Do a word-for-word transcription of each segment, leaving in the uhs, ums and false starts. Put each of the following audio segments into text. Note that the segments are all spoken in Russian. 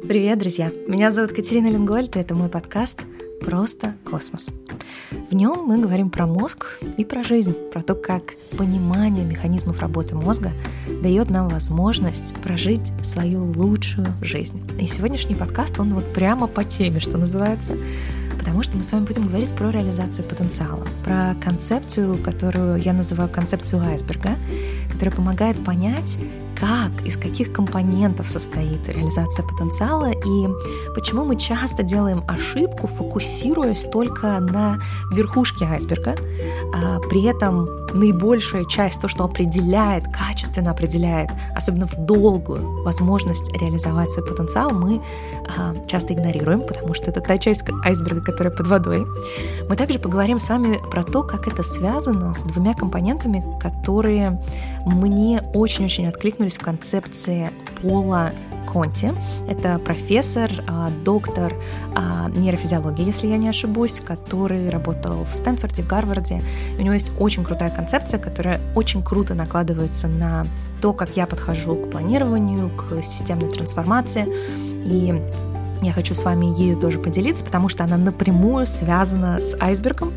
Привет, друзья! Меня зовут Катерина Ленгольд, и это мой подкаст «Просто космос». В нем мы говорим про мозг и про жизнь, про то, как понимание механизмов работы мозга дает нам возможность прожить свою лучшую жизнь. И сегодняшний подкаст, он вот прямо по теме, что называется, потому что мы с вами будем говорить про реализацию потенциала, про концепцию, которую я называю концепцию айсберга, которая помогает понять, как, из каких компонентов состоит реализация потенциала и почему мы часто делаем ошибку, фокусируясь только на верхушке айсберга, а при этом наибольшая часть, то, что определяет, качественно определяет, особенно в долгую возможность реализовать свой потенциал, мы а, часто игнорируем, потому что это та часть айсберга, которая под водой. Мы также поговорим с вами про то, как это связано с двумя компонентами, которые мне очень-очень откликнулись в концепции Пола Конти. Это профессор, доктор нейрофизиологии, если я не ошибусь, который работал в Стэнфорде, в Гарварде. У него есть очень крутая концепция, которая очень круто накладывается на то, как я подхожу к планированию, к системной трансформации. И я хочу с вами ею тоже поделиться, потому что она напрямую связана с айсбергом.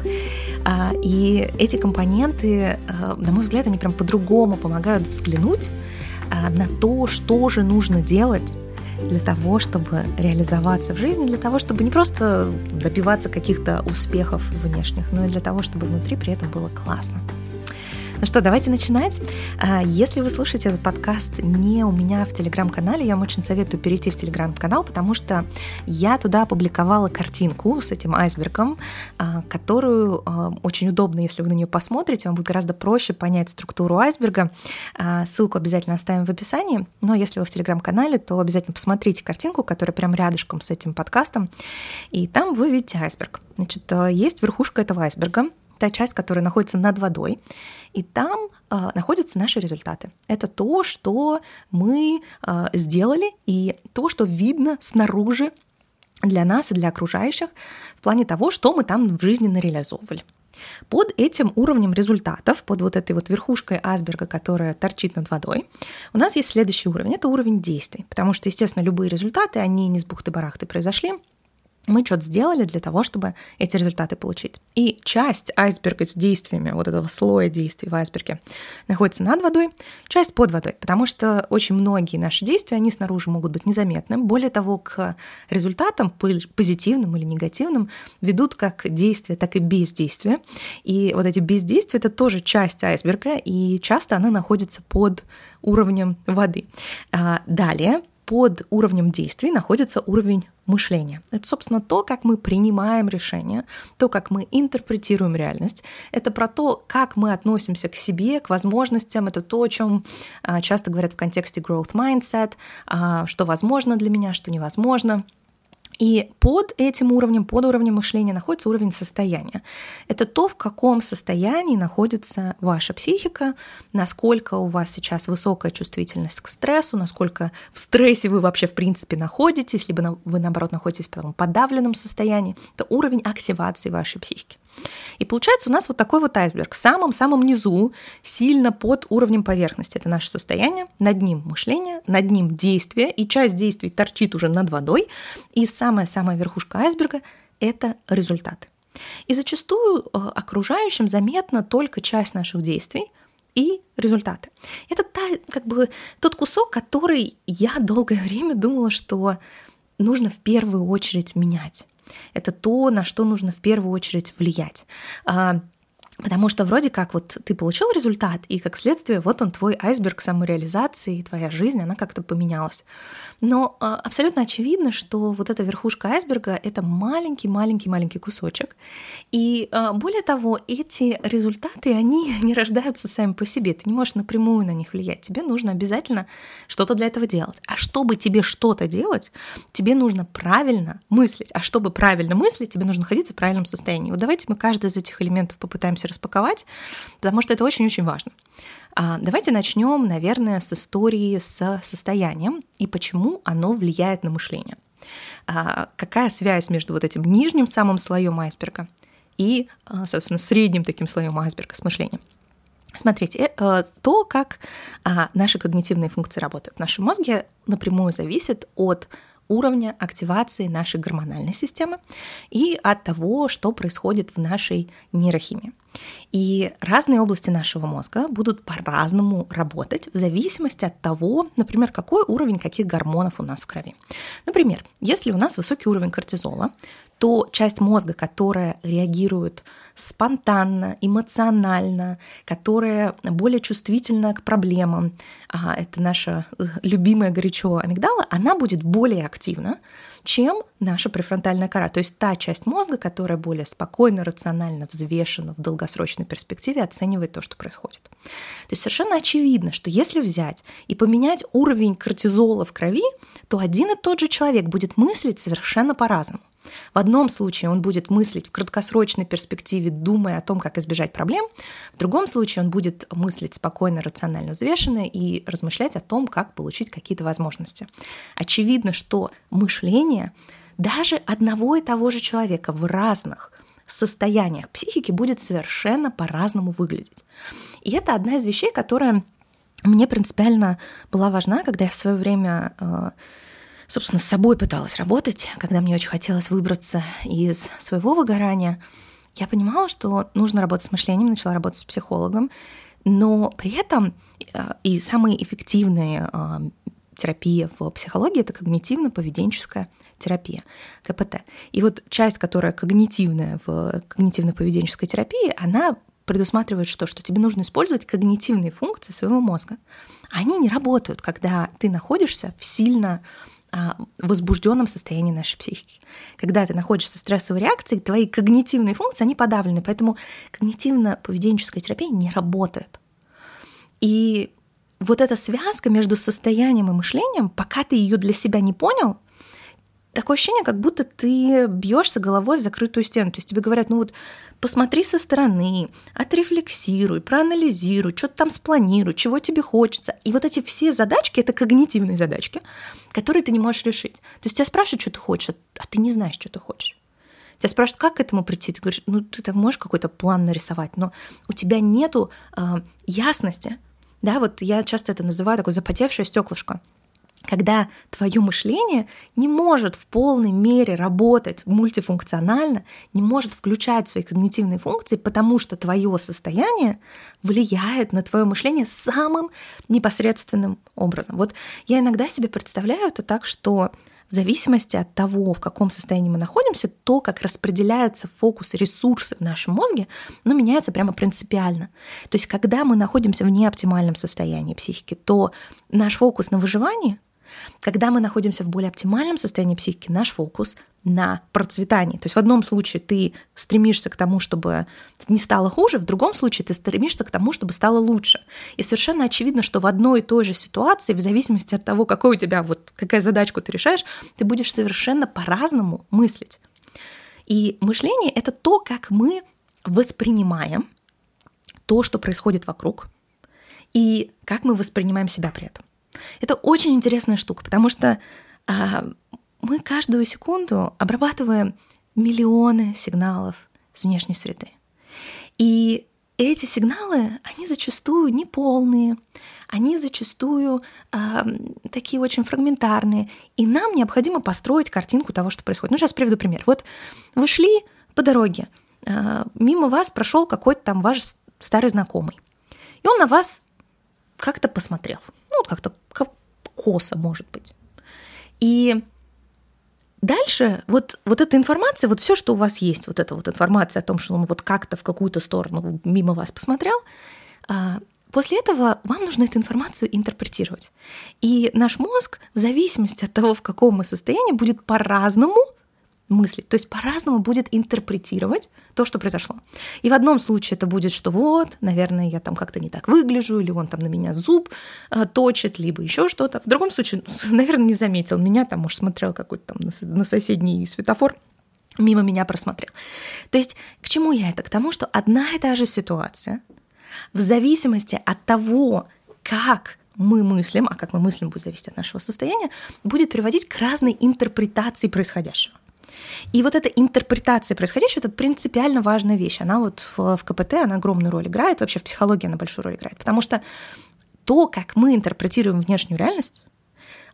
И эти компоненты, на мой взгляд, они прям по-другому помогают взглянуть на то, что же нужно делать для того, чтобы реализоваться в жизни, для того, чтобы не просто добиваться каких-то успехов внешних, но и для того, чтобы внутри при этом было классно. Ну что, давайте начинать. Если вы слушаете этот подкаст не у меня в Телеграм-канале, я вам очень советую перейти в Телеграм-канал, потому что я туда опубликовала картинку с этим айсбергом, которую очень удобно, если вы на нее посмотрите, вам будет гораздо проще понять структуру айсберга. Ссылку обязательно оставим в описании, но если вы в Телеграм-канале, то обязательно посмотрите картинку, которая прям рядышком с этим подкастом, и там вы видите айсберг. Значит, есть верхушка этого айсберга, та часть, которая находится над водой, и там э, находятся наши результаты. Это то, что мы э, сделали, и то, что видно снаружи для нас и для окружающих в плане того, что мы там в жизни нареализовывали. Под этим уровнем результатов, под вот этой вот верхушкой айсберга, которая торчит над водой, у нас есть следующий уровень. Это уровень действий, потому что, естественно, любые результаты, они не с бухты-барахты произошли. Мы что-то сделали для того, чтобы эти результаты получить. И часть айсберга с действиями, вот этого слоя действий в айсберге, находится над водой, часть под водой, потому что очень многие наши действия, они снаружи могут быть незаметны. Более того, к результатам, позитивным или негативным, ведут как действия, так и бездействия. И вот эти бездействия — это тоже часть айсберга, и часто она находится под уровнем воды. Далее, под уровнем действий находится уровень мышления. Это, собственно, то, как мы принимаем решения, то, как мы интерпретируем реальность. Это про то, как мы относимся к себе, к возможностям. Это то, о чем часто говорят в контексте growth mindset, что возможно для меня, что невозможно. И под этим уровнем, под уровнем мышления находится уровень состояния. Это то, в каком состоянии находится ваша психика, насколько у вас сейчас высокая чувствительность к стрессу, насколько в стрессе вы вообще в принципе находитесь, либо вы, наоборот, находитесь в таком подавленном состоянии. Это уровень активации вашей психики. И получается у нас вот такой вот айсберг. В самом-самом низу, сильно под уровнем поверхности. Это наше состояние, над ним мышление, над ним действие, и часть действий торчит уже над водой, и самая-самая верхушка айсберга — это результаты. И зачастую окружающим заметна только часть наших действий и результаты. Это та, как бы, тот кусок, который я долгое время думала, что нужно в первую очередь менять. Это то, на что нужно в первую очередь влиять. Потому что вроде как вот ты получил результат, и как следствие вот он, твой айсберг самореализации, твоя жизнь, она как-то поменялась. Но а, абсолютно очевидно, что вот эта верхушка айсберга — это маленький-маленький-маленький кусочек. И а, более того, эти результаты, они не рождаются сами по себе. Ты не можешь напрямую на них влиять. Тебе нужно обязательно что-то для этого делать. А чтобы тебе что-то делать, тебе нужно правильно мыслить. А чтобы правильно мыслить, тебе нужно находиться в правильном состоянии. Вот давайте мы каждый из этих элементов попытаемся распаковать, потому что это очень-очень важно. Давайте начнем, наверное, с истории с состоянием и почему оно влияет на мышление. Какая связь между вот этим нижним самым слоем айсберга и, собственно, средним таким слоем айсберга с мышлением? Смотрите, то, как наши когнитивные функции работают в нашем мозге, напрямую зависит от уровня активации нашей гормональной системы и от того, что происходит в нашей нейрохимии. И разные области нашего мозга будут по-разному работать в зависимости от того, например, какой уровень каких гормонов у нас в крови. Например, если у нас высокий уровень кортизола, то часть мозга, которая реагирует спонтанно, эмоционально, которая более чувствительна к проблемам, а это наша любимая горячо амигдала, она будет более активна, чем наша префронтальная кора, то есть та часть мозга, которая более спокойно, рационально, взвешенно, в долгосрочной перспективе оценивает то, что происходит. То есть совершенно очевидно, что если взять и поменять уровень кортизола в крови, то один и тот же человек будет мыслить совершенно по-разному. В одном случае он будет мыслить в краткосрочной перспективе, думая о том, как избежать проблем. В другом случае он будет мыслить спокойно, рационально, взвешенно и размышлять о том, как получить какие-то возможности. Очевидно, что мышление даже одного и того же человека в разных состояниях психики будет совершенно по-разному выглядеть. И это одна из вещей, которая мне принципиально была важна, когда я в свое время собственно, с собой пыталась работать, когда мне очень хотелось выбраться из своего выгорания. Я понимала, что нужно работать с мышлением, начала работать с психологом, но при этом и самые эффективные терапия в психологии — это когнитивно-поведенческая терапия, ка пэ тэ. И вот часть, которая когнитивная в когнитивно-поведенческой терапии, она предусматривает что? Что тебе нужно использовать когнитивные функции своего мозга. Они не работают, когда ты находишься в сильно возбужденном состоянии нашей психики. Когда ты находишься в стрессовой реакции, твои когнитивные функции, они подавлены, поэтому когнитивно-поведенческая терапия не работает. И вот эта связка между состоянием и мышлением, пока ты ее для себя не понял, такое ощущение, как будто ты бьешься головой в закрытую стену. То есть тебе говорят, ну вот посмотри со стороны, отрефлексируй, проанализируй, что-то там спланируй, чего тебе хочется. И вот эти все задачки — это когнитивные задачки, которые ты не можешь решить. То есть тебя спрашивают, что ты хочешь, а ты не знаешь, что ты хочешь. Тебя спрашивают, как к этому прийти. Ты говоришь, ну ты так можешь какой-то план нарисовать, но у тебя нету э, ясности. Да, вот я часто это называю такое запотевшее стеклышко. Когда твое мышление не может в полной мере работать мультифункционально, не может включать свои когнитивные функции, потому что твое состояние влияет на твое мышление самым непосредственным образом. Вот я иногда себе представляю это так, что в зависимости от того, в каком состоянии мы находимся, то, как распределяется фокус ресурсов в нашем мозге, ну, меняется прямо принципиально. То есть, когда мы находимся в неоптимальном состоянии психики, то наш фокус на выживании. Когда мы находимся в более оптимальном состоянии психики, наш фокус на процветании. То есть в одном случае ты стремишься к тому, чтобы не стало хуже, в другом случае ты стремишься к тому, чтобы стало лучше. И совершенно очевидно, что в одной и той же ситуации, в зависимости от того, какой у тебя, вот какая задачку ты решаешь, ты будешь совершенно по-разному мыслить. И мышление — это то, как мы воспринимаем то, что происходит вокруг, и как мы воспринимаем себя при этом. Это очень интересная штука, потому что а, мы каждую секунду обрабатываем миллионы сигналов с внешней среды. И эти сигналы, они зачастую неполные, они зачастую а, такие очень фрагментарные, и нам необходимо построить картинку того, что происходит. Ну, сейчас приведу пример. Вот вы шли по дороге, а, мимо вас прошел какой-то там ваш старый знакомый, и он на вас как-то посмотрел. Ну, как-то косо, может быть. И дальше вот, вот эта информация, вот все, что у вас есть, вот эта вот информация о том, что он вот как-то в какую-то сторону мимо вас посмотрел, после этого вам нужно эту информацию интерпретировать. И наш мозг, в зависимости от того, в каком мы состоянии, будет по-разному мыслить, то есть по-разному будет интерпретировать то, что произошло. И в одном случае это будет, что вот, наверное, я там как-то не так выгляжу, или он там на меня зуб а, точит, либо еще что-то. В другом случае, наверное, не заметил меня, там, может, смотрел какой-то там на соседний светофор, мимо меня просмотрел. То есть к чему я это? К тому, что одна и та же ситуация, в зависимости от того, как мы мыслим, а как мы мыслим будет зависеть от нашего состояния, будет приводить к разной интерпретации происходящего. И вот эта интерпретация происходящего — это принципиально важная вещь. Она вот в, в ка пэ тэ она огромную роль играет, вообще в психологии она большую роль играет. Потому что то, как мы интерпретируем внешнюю реальность,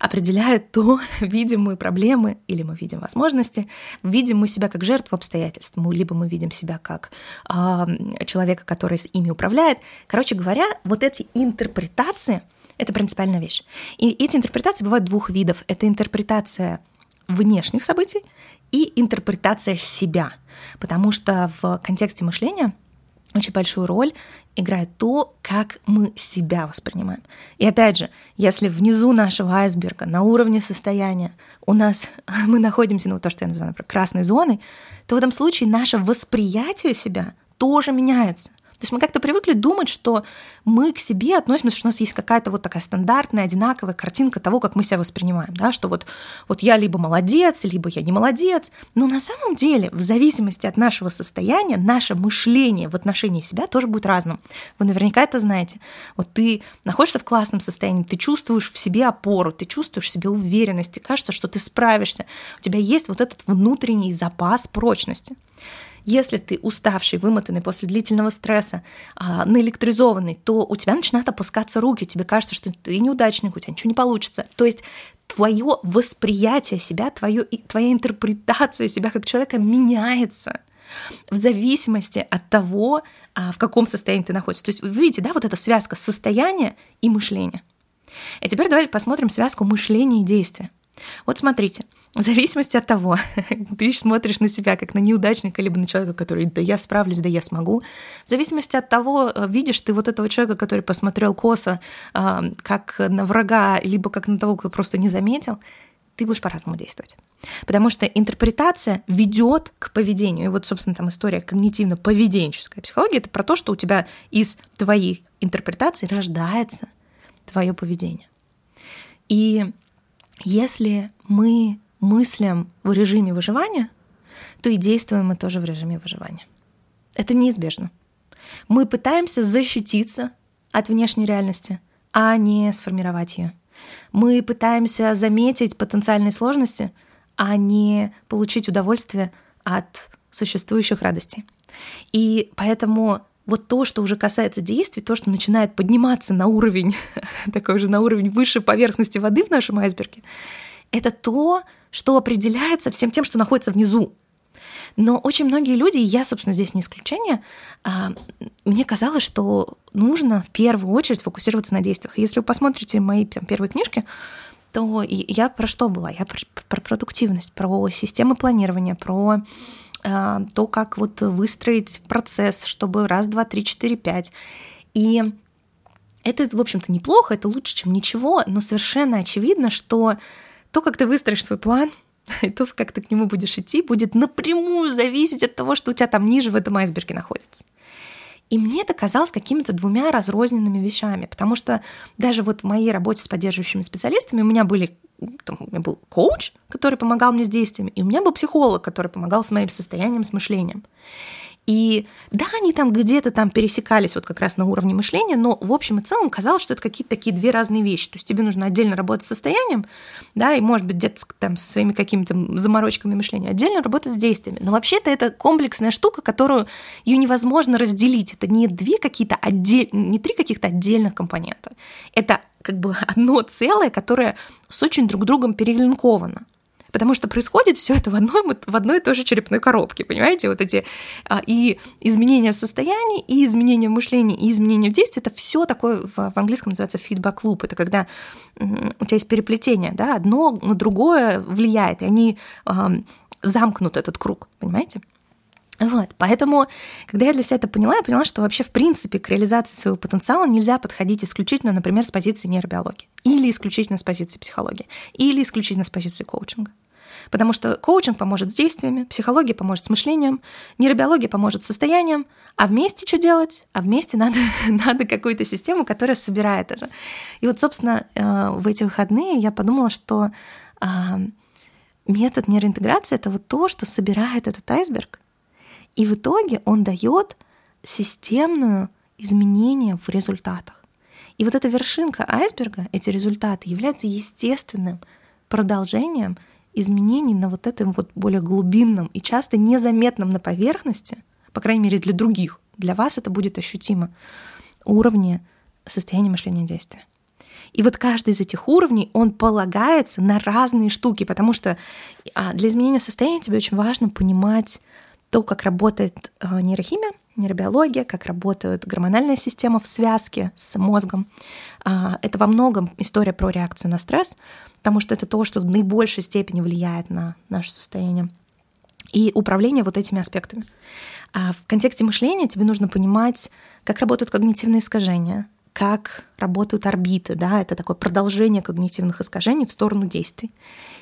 определяет то, видим мы проблемы или мы видим возможности, видим мы себя как жертву обстоятельств, мы, либо мы видим себя как э, человека, который ими управляет. Короче говоря, вот эти интерпретации — это принципиальная вещь. И эти интерпретации бывают двух видов. Это интерпретация внешних событий и интерпретация себя, потому что в контексте мышления очень большую роль играет то, как мы себя воспринимаем. И опять же, если внизу нашего айсберга, на уровне состояния, у нас мы находимся, ну, то, что я называю, например, красной зоной, то в этом случае наше восприятие себя тоже меняется. То есть мы как-то привыкли думать, что мы к себе относимся, что у нас есть какая-то вот такая стандартная, одинаковая картинка того, как мы себя воспринимаем, да, что вот, вот я либо молодец, либо я не молодец. Но на самом деле, в зависимости от нашего состояния, наше мышление в отношении себя тоже будет разным. Вы наверняка это знаете. Вот ты находишься в классном состоянии, ты чувствуешь в себе опору, ты чувствуешь в себе уверенность, тебе кажется, что ты справишься. У тебя есть вот этот внутренний запас прочности. Если ты уставший, вымотанный после длительного стресса, наэлектризованный, то у тебя начинают опускаться руки, тебе кажется, что ты неудачник, у тебя ничего не получится. То есть твое восприятие себя, твое, твоя интерпретация себя как человека меняется в зависимости от того, в каком состоянии ты находишься. То есть вы видите, да, вот эта связка состояния и мышления. И теперь давайте посмотрим связку мышления и действия. Вот смотрите, в зависимости от того, ты смотришь на себя как на неудачника, либо на человека, который «да я справлюсь, да я смогу», в зависимости от того, видишь ты вот этого человека, который посмотрел косо, как на врага, либо как на того, кто просто не заметил, ты будешь по-разному действовать. Потому что интерпретация ведет к поведению. И вот, собственно, там история когнитивно-поведенческая психология — это про то, что у тебя из твоих интерпретаций рождается твое поведение. И если мы мыслим в режиме выживания, то и действуем мы тоже в режиме выживания. Это неизбежно. Мы пытаемся защититься от внешней реальности, а не сформировать ее. Мы пытаемся заметить потенциальные сложности, а не получить удовольствие от существующих радостей. И поэтому вот то, что уже касается действий, то, что начинает подниматься на уровень, такой же на уровень выше поверхности воды в нашем айсберге, это то, что определяется всем тем, что находится внизу. Но очень многие люди, и я, собственно, здесь не исключение, мне казалось, что нужно в первую очередь фокусироваться на действиях. Если вы посмотрите мои там, первые книжки, то я про что была? Я про, про продуктивность, про системы планирования, про то, как вот выстроить процесс, чтобы раз, два, три, четыре, пять. И это, в общем-то, неплохо, это лучше, чем ничего, но совершенно очевидно, что то, как ты выстроишь свой план, и то, как ты к нему будешь идти, будет напрямую зависеть от того, что у тебя там ниже в этом айсберге находится. И мне это казалось какими-то двумя разрозненными вещами, потому что даже вот в моей работе с поддерживающими специалистами у меня были, там, у меня был коуч, который помогал мне с действиями, и у меня был психолог, который помогал с моим состоянием, с мышлением. И да, они там где-то там пересекались вот как раз на уровне мышления, но в общем и целом казалось, что это какие-то такие две разные вещи. То есть тебе нужно отдельно работать с состоянием, да, и, может быть, где-то там со своими какими-то заморочками мышления, отдельно работать с действиями. Но вообще-то это комплексная штука, которую ее невозможно разделить. Это не две какие-то отдельные, не три каких-то отдельных компонента. Это как бы одно целое, которое с очень друг другом перелинковано. Потому что происходит все это в одной, в одной и той же черепной коробке, понимаете? Вот эти и изменения в состоянии, и изменения в мышлении, и изменения в действии — это все такое, в английском называется feedback loop. Это когда у тебя есть переплетение, да, одно на другое влияет, и они замкнут этот круг, понимаете? Вот, поэтому, когда я для себя это поняла, я поняла, что вообще, в принципе, к реализации своего потенциала нельзя подходить исключительно, например, с позиции нейробиологии, или исключительно с позиции психологии, или исключительно с позиции коучинга. Потому что коучинг поможет с действиями, психология поможет с мышлением, нейробиология поможет с состоянием, а вместе что делать? А вместе надо, надо какую-то систему, которая собирает это. И вот, собственно, в эти выходные я подумала, что метод нейроинтеграции — это вот то, что собирает этот айсберг, и в итоге он дает системное изменение в результатах. И вот эта вершинка айсберга, эти результаты, являются естественным продолжением изменений на вот этом вот более глубинном и часто незаметном на поверхности, по крайней мере для других, для вас это будет ощутимо, уровне состояния мышления и действия. И вот каждый из этих уровней, он полагается на разные штуки, потому что для изменения состояния тебе очень важно понимать то, как работает нейрохимия, нейробиология, как работает гормональная система в связке с мозгом. Это во многом история про реакцию на стресс, потому что это то, что в наибольшей степени влияет на наше состояние. И управление вот этими аспектами. А в контексте мышления тебе нужно понимать, как работают когнитивные искажения, как работают орбиты, да, это такое продолжение когнитивных искажений в сторону действий.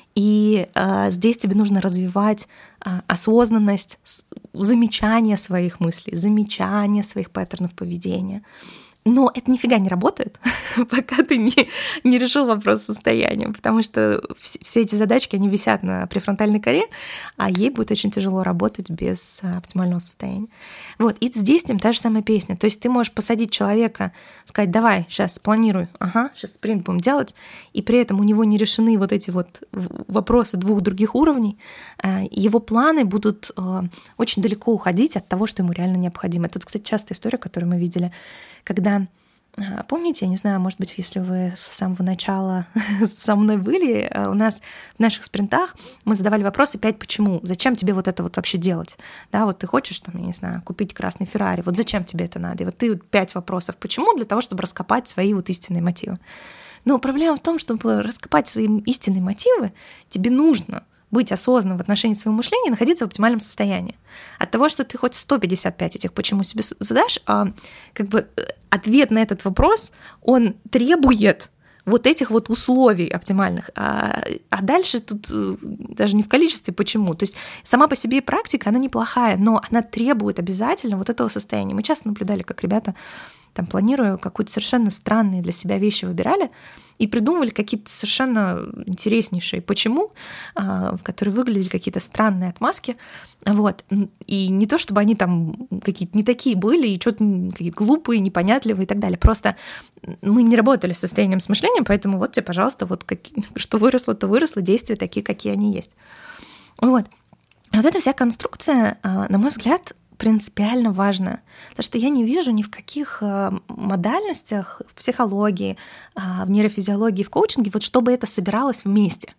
И э, здесь тебе нужно развивать э, осознанность, замечание своих мыслей, замечание своих паттернов поведения. Но это нифига не работает, пока ты не, не решил вопрос с состоянием, потому что все эти задачки, они висят на префронтальной коре, а ей будет очень тяжело работать без оптимального состояния. Вот, и здесь им та же самая песня. То есть ты можешь посадить человека, сказать, давай, сейчас спланируй, ага, сейчас спринт будем делать, и при этом у него не решены вот эти вот вопросы двух других уровней, его планы будут очень далеко уходить от того, что ему реально необходимо. Это, кстати, частая история, которую мы видели, когда, помните, я не знаю, может быть, если вы с самого начала со мной были, у нас в наших спринтах мы задавали вопросы пять «почему?», зачем тебе вот это вот вообще делать? Да, вот ты хочешь, там, я не знаю, купить красный Феррари, вот зачем тебе это надо? И вот ты пять вопросов «почему?» для того, чтобы раскопать свои вот истинные мотивы. Но проблема в том, чтобы раскопать свои истинные мотивы, тебе нужно быть осознанным в отношении своего мышления и находиться в оптимальном состоянии. От того, что ты хоть сто пятьдесят пять этих «почему» себе задашь, как бы ответ на этот вопрос, он требует вот этих вот условий оптимальных. А, а дальше тут даже не в количестве «почему». То есть сама по себе практика, она неплохая, но она требует обязательно вот этого состояния. Мы часто наблюдали, как ребята, там, планируя какие-то совершенно странные для себя вещи, выбирали и придумывали какие-то совершенно интереснейшие «почему», которые выглядели какие-то странные отмазки. Вот. И не то, чтобы они там какие-то не такие были, и что-то какие-то глупые, непонятливые и так далее. Просто мы не работали с состоянием с мышлением, поэтому вот тебе, пожалуйста, вот как, что выросло, то выросло, действия такие, какие они есть. Вот. Вот эта вся конструкция, на мой взгляд, принципиально важно, потому что я не вижу ни в каких модальностях в психологии, в нейрофизиологии, в коучинге, вот чтобы это собиралось вместе.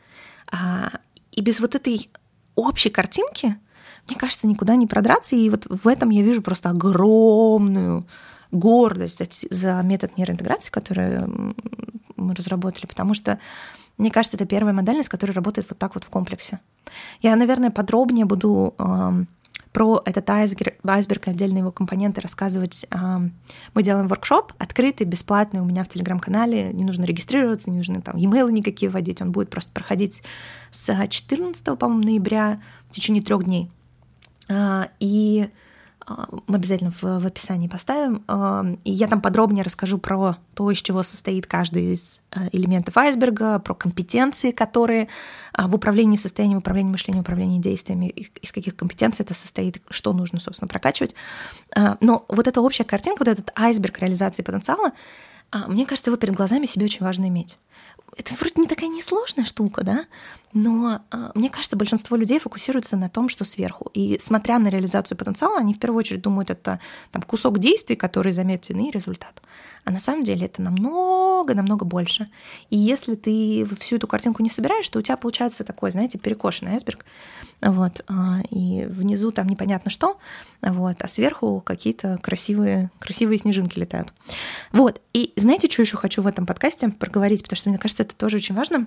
И без вот этой общей картинки, мне кажется, никуда не продраться, и вот в этом я вижу просто огромную гордость за метод нейроинтеграции, который мы разработали, потому что мне кажется, это первая модальность, которая работает вот так вот в комплексе. Я, наверное, подробнее буду про этот айсберг, айсберг и отдельные его компоненты рассказывать. Мы делаем воркшоп открытый, бесплатный у меня в Телеграм-канале. Не нужно регистрироваться, не нужно там e-mail никакие вводить. Он будет просто проходить с четырнадцатого, по-моему, ноября в течение трех дней. И мы обязательно в, в описании поставим. И я там подробнее расскажу про то, из чего состоит каждый из элементов айсберга, про компетенции, которые в управлении состоянием, управлении мышлением, управлении действиями, из каких компетенций это состоит, что нужно, собственно, прокачивать. Но вот эта общая картинка, вот этот айсберг реализации потенциала, мне кажется, его перед глазами себе очень важно иметь. Это вроде не такая несложная штука, да? Но э, мне кажется, большинство людей фокусируется на том, что сверху. И смотря на реализацию потенциала, они в первую очередь думают, это там, кусок действий, которые заметены, и результат. А на самом деле это намного-намного больше. И если ты всю эту картинку не собираешь, то у тебя получается такой, знаете, перекошенный айсберг. Вот, э, и внизу там непонятно что, вот, а сверху какие-то красивые, красивые снежинки летают. Вот. И знаете, что еще хочу в этом подкасте проговорить? Потому что мне кажется, это тоже очень важно.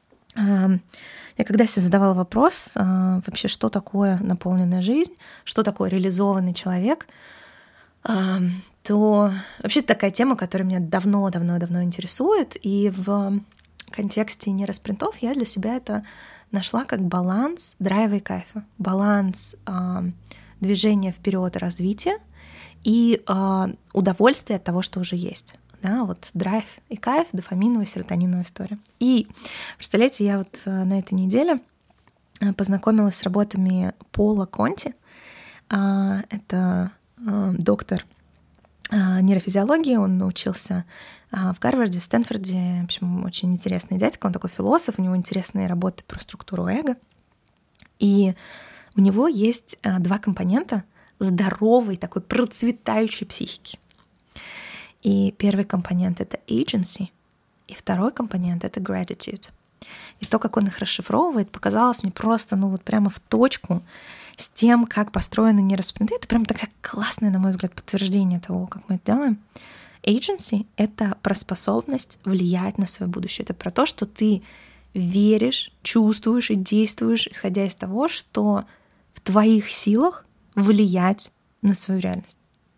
Я когда себе задавала вопрос, вообще, что такое наполненная жизнь, что такое реализованный человек, то вообще это такая тема, которая меня давно-давно-давно интересует. И в контексте нейроспринтов я для себя это нашла как баланс драйва и кайфа, баланс движения вперед и развития и удовольствия от того, что уже есть. Да, вот драйв и кайф, дофаминовая, серотониновая история. И, представляете, я вот на этой неделе познакомилась с работами Пола Конти. Это доктор нейрофизиологии, он учился в Гарварде, в Стэнфорде. В общем, очень интересный дядька, он такой философ, у него интересные работы про структуру эго. И у него есть два компонента здоровой, такой процветающей психики. И первый компонент — это agency, И второй компонент — это gratitude. И то, как он их расшифровывает, показалось мне просто, ну вот прямо в точку с тем, как построены нейроспринты. Это прям такая классная, на мой взгляд, подтверждение того, как мы это делаем. Agency — это про способность влиять на свое будущее. Это про то, что ты веришь, чувствуешь и действуешь, исходя из того, что в твоих силах влиять на свою реальность.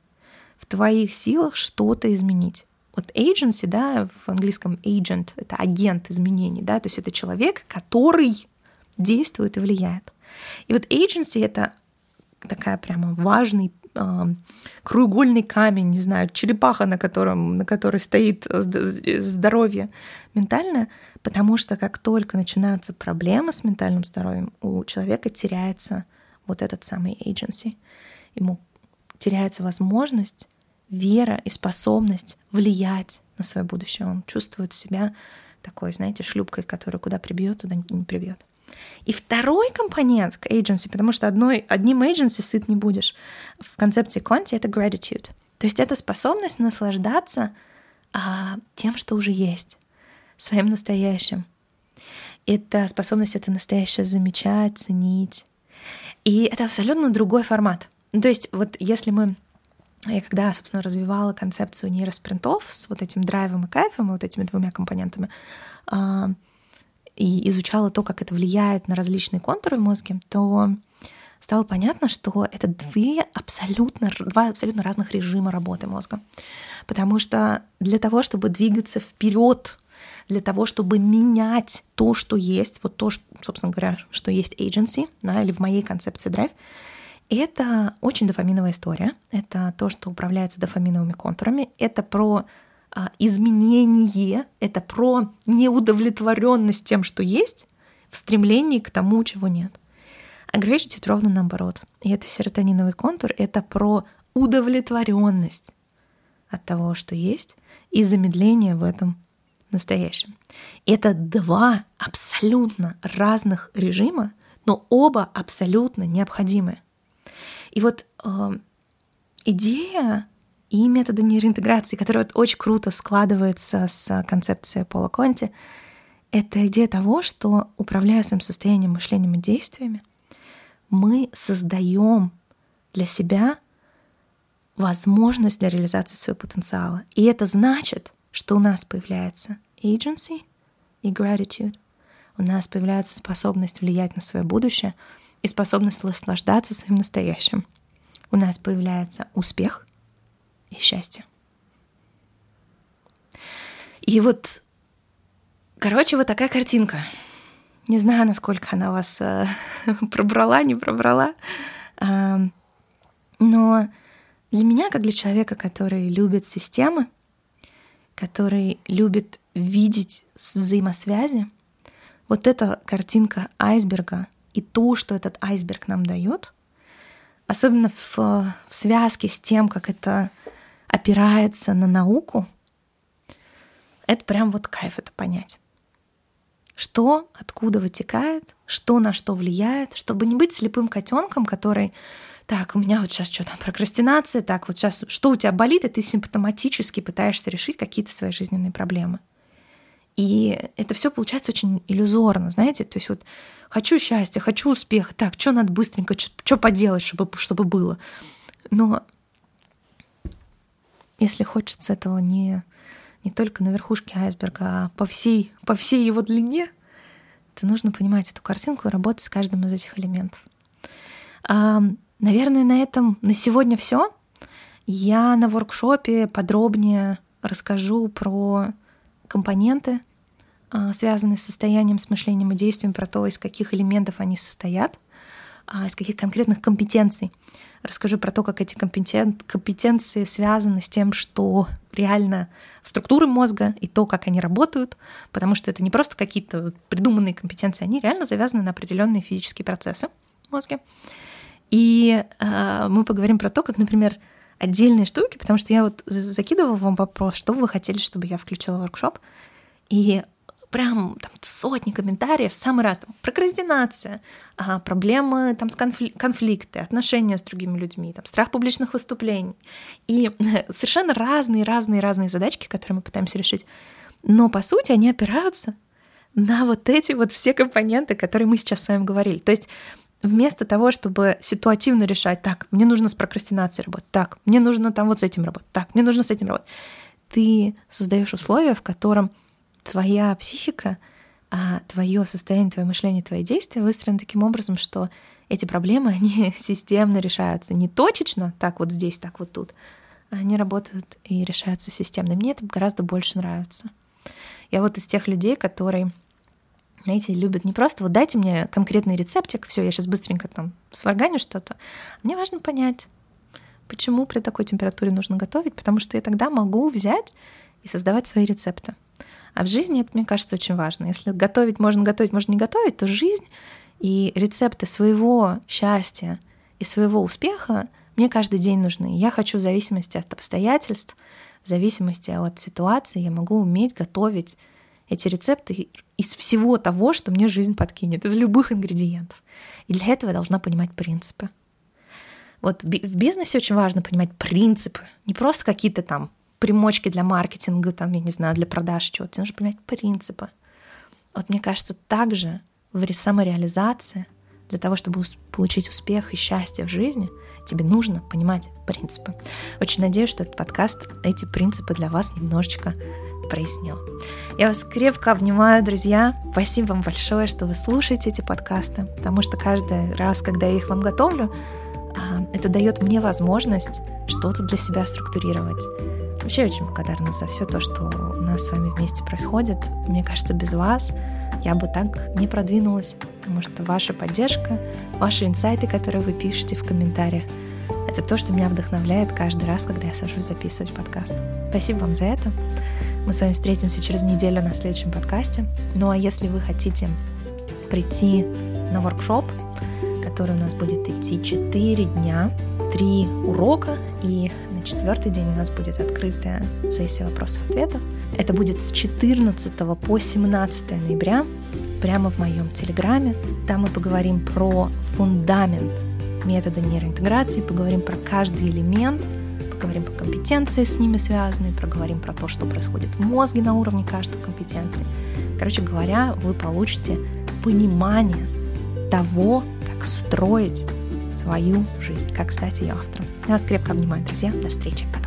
В твоих силах что-то изменить. Вот agency, да, в английском agent — это агент изменений, да, то есть это человек, который действует и влияет. И вот agency — это такая прямо важный э, краеугольный камень, не знаю, черепаха, на, котором, на которой стоит здоровье ментальное, потому что как только начинаются проблемы с ментальным здоровьем, у человека теряется вот этот самый agency. Ему теряется возможность, вера и способность влиять на свое будущее. Он чувствует себя такой, знаете, шлюпкой, которая куда прибьет, туда не прибьет. И второй компонент к agency, потому что одной, одним agency сыт не будешь, в концепции Конти — это gratitude. То есть это способность наслаждаться а, тем, что уже есть, своим настоящим. Это способность это настоящее замечать, ценить. И это абсолютно другой формат. Ну, то есть вот если мы... Я когда, собственно, развивала концепцию нейроспринтов с вот этим драйвом и кайфом, и вот этими двумя компонентами, а, и изучала то, как это влияет на различные контуры в мозге, то стало понятно, что это две абсолютно, два абсолютно разных режима работы мозга. Потому что для того, чтобы двигаться вперед, для того, чтобы менять то, что есть, вот то, что, собственно говоря, что есть agency, да, или в моей концепции драйв, это очень дофаминовая история. Это то, что управляется дофаминовыми контурами. Это про а, изменение, это про неудовлетворенность тем, что есть, в стремлении к тому, чего нет. А gratitude ровно наоборот. И это серотониновый контур, это про удовлетворенность от того, что есть, и замедление в этом настоящем. Это два абсолютно разных режима, но оба абсолютно необходимые. И вот э, идея и метода нейроинтеграции, которая вот очень круто складывается с концепцией Пола Конти, это идея того, что, управляя своим состоянием, мышлением и действиями, мы создаем для себя возможность для реализации своего потенциала. И это значит, что у нас появляется agency и gratitude. У нас появляется способность влиять на свое будущее и способность наслаждаться своим настоящим. У нас появляется успех и счастье. И вот, короче, вот такая картинка. Не знаю, насколько она вас э, пробрала, не пробрала. Э, но для меня, как для человека, который любит системы, который любит видеть взаимосвязи, вот эта картинка айсберга и то, что этот айсберг нам дает, особенно в, в связке с тем, как это опирается на науку, это прям вот кайф это понять. Что, откуда вытекает, что на что влияет, чтобы не быть слепым котенком, который, так, у меня вот сейчас что-то прокрастинация, так, вот сейчас что у тебя болит, и ты симптоматически пытаешься решить какие-то свои жизненные проблемы. И это все получается очень иллюзорно, знаете, то есть вот хочу счастья, хочу успеха, так, что надо быстренько, что поделать, чтобы, чтобы было. Но если хочется этого не, не только на верхушке айсберга, а по всей, по всей его длине, то нужно понимать эту картинку и работать с каждым из этих элементов. А, наверное, на этом на сегодня все. Я на воркшопе подробнее расскажу про компоненты, связанные с состоянием, с мышлением и действием, про то, из каких элементов они состоят, из каких конкретных компетенций. Расскажу про то, как эти компетен... компетенции связаны с тем, что реально в структуре мозга и то, как они работают, потому что это не просто какие-то придуманные компетенции, они реально завязаны на определенные физические процессы в мозге. И э, мы поговорим про то, как, например, отдельные штуки, потому что я вот закидывала вам вопрос, что вы хотели, чтобы я включила в воркшоп, и прям там сотни комментариев, самый раз, там, прокрастинация, проблемы там, с конфли- конфликты, отношения с другими людьми, там, страх публичных выступлений. И совершенно разные-разные-разные задачки, которые мы пытаемся решить. Но, по сути, они опираются на вот эти вот все компоненты, которые мы сейчас с вами говорили. То есть вместо того, чтобы ситуативно решать, так, мне нужно с прокрастинацией работать, так, мне нужно там вот с этим работать, так, мне нужно с этим работать, ты создаешь условия, в котором твоя психика, твое состояние, твое мышление, твои действия выстроены таким образом, что эти проблемы, они системно решаются. Не точечно, так вот здесь, так вот тут, а они работают и решаются системно. И мне это гораздо больше нравится. Я вот из тех людей, которые, знаете, любят не просто вот дайте мне конкретный рецептик, все, я сейчас быстренько там сварганю что-то. Мне важно понять, почему при такой температуре нужно готовить, потому что я тогда могу взять и создавать свои рецепты. А в жизни это, мне кажется, очень важно. Если готовить можно готовить, можно не готовить, то жизнь и рецепты своего счастья и своего успеха мне каждый день нужны. Я хочу в зависимости от обстоятельств, в зависимости от ситуации, я могу уметь готовить эти рецепты из всего того, что мне жизнь подкинет, из любых ингредиентов. И для этого я должна понимать принципы. Вот в бизнесе очень важно понимать принципы, не просто какие-то там примочки для маркетинга, там, я не знаю, для продаж чего-то. Тебе нужно понимать принципы. Вот мне кажется, также в самореализации, для того, чтобы получить успех и счастье в жизни, тебе нужно понимать принципы. Очень надеюсь, что этот подкаст эти принципы для вас немножечко прояснил. Я вас крепко обнимаю, друзья. Спасибо вам большое, что вы слушаете эти подкасты, потому что каждый раз, когда я их вам готовлю, это дает мне возможность что-то для себя структурировать. Вообще очень благодарна за все то, что у нас с вами вместе происходит. Мне кажется, без вас я бы так не продвинулась, потому что ваша поддержка, ваши инсайты, которые вы пишете в комментариях, это то, что меня вдохновляет каждый раз, когда я сажусь записывать подкаст. Спасибо вам за это. Мы с вами встретимся через неделю на следующем подкасте. Ну а если вы хотите прийти на воркшоп, который у нас будет идти четыре дня, три урока, и на четвертый день у нас будет открытая сессия вопросов-ответов. Это будет с четырнадцатого по семнадцатое ноября, прямо в моем телеграме. Там мы поговорим про фундамент метода нейроинтеграции, поговорим про каждый элемент, поговорим про компетенции с ними связанные, поговорим про то, что происходит в мозге на уровне каждой компетенции. Короче говоря, вы получите понимание того, как строить свою жизнь, как стать ее автором. Я вас крепко обнимаю, друзья. До встречи.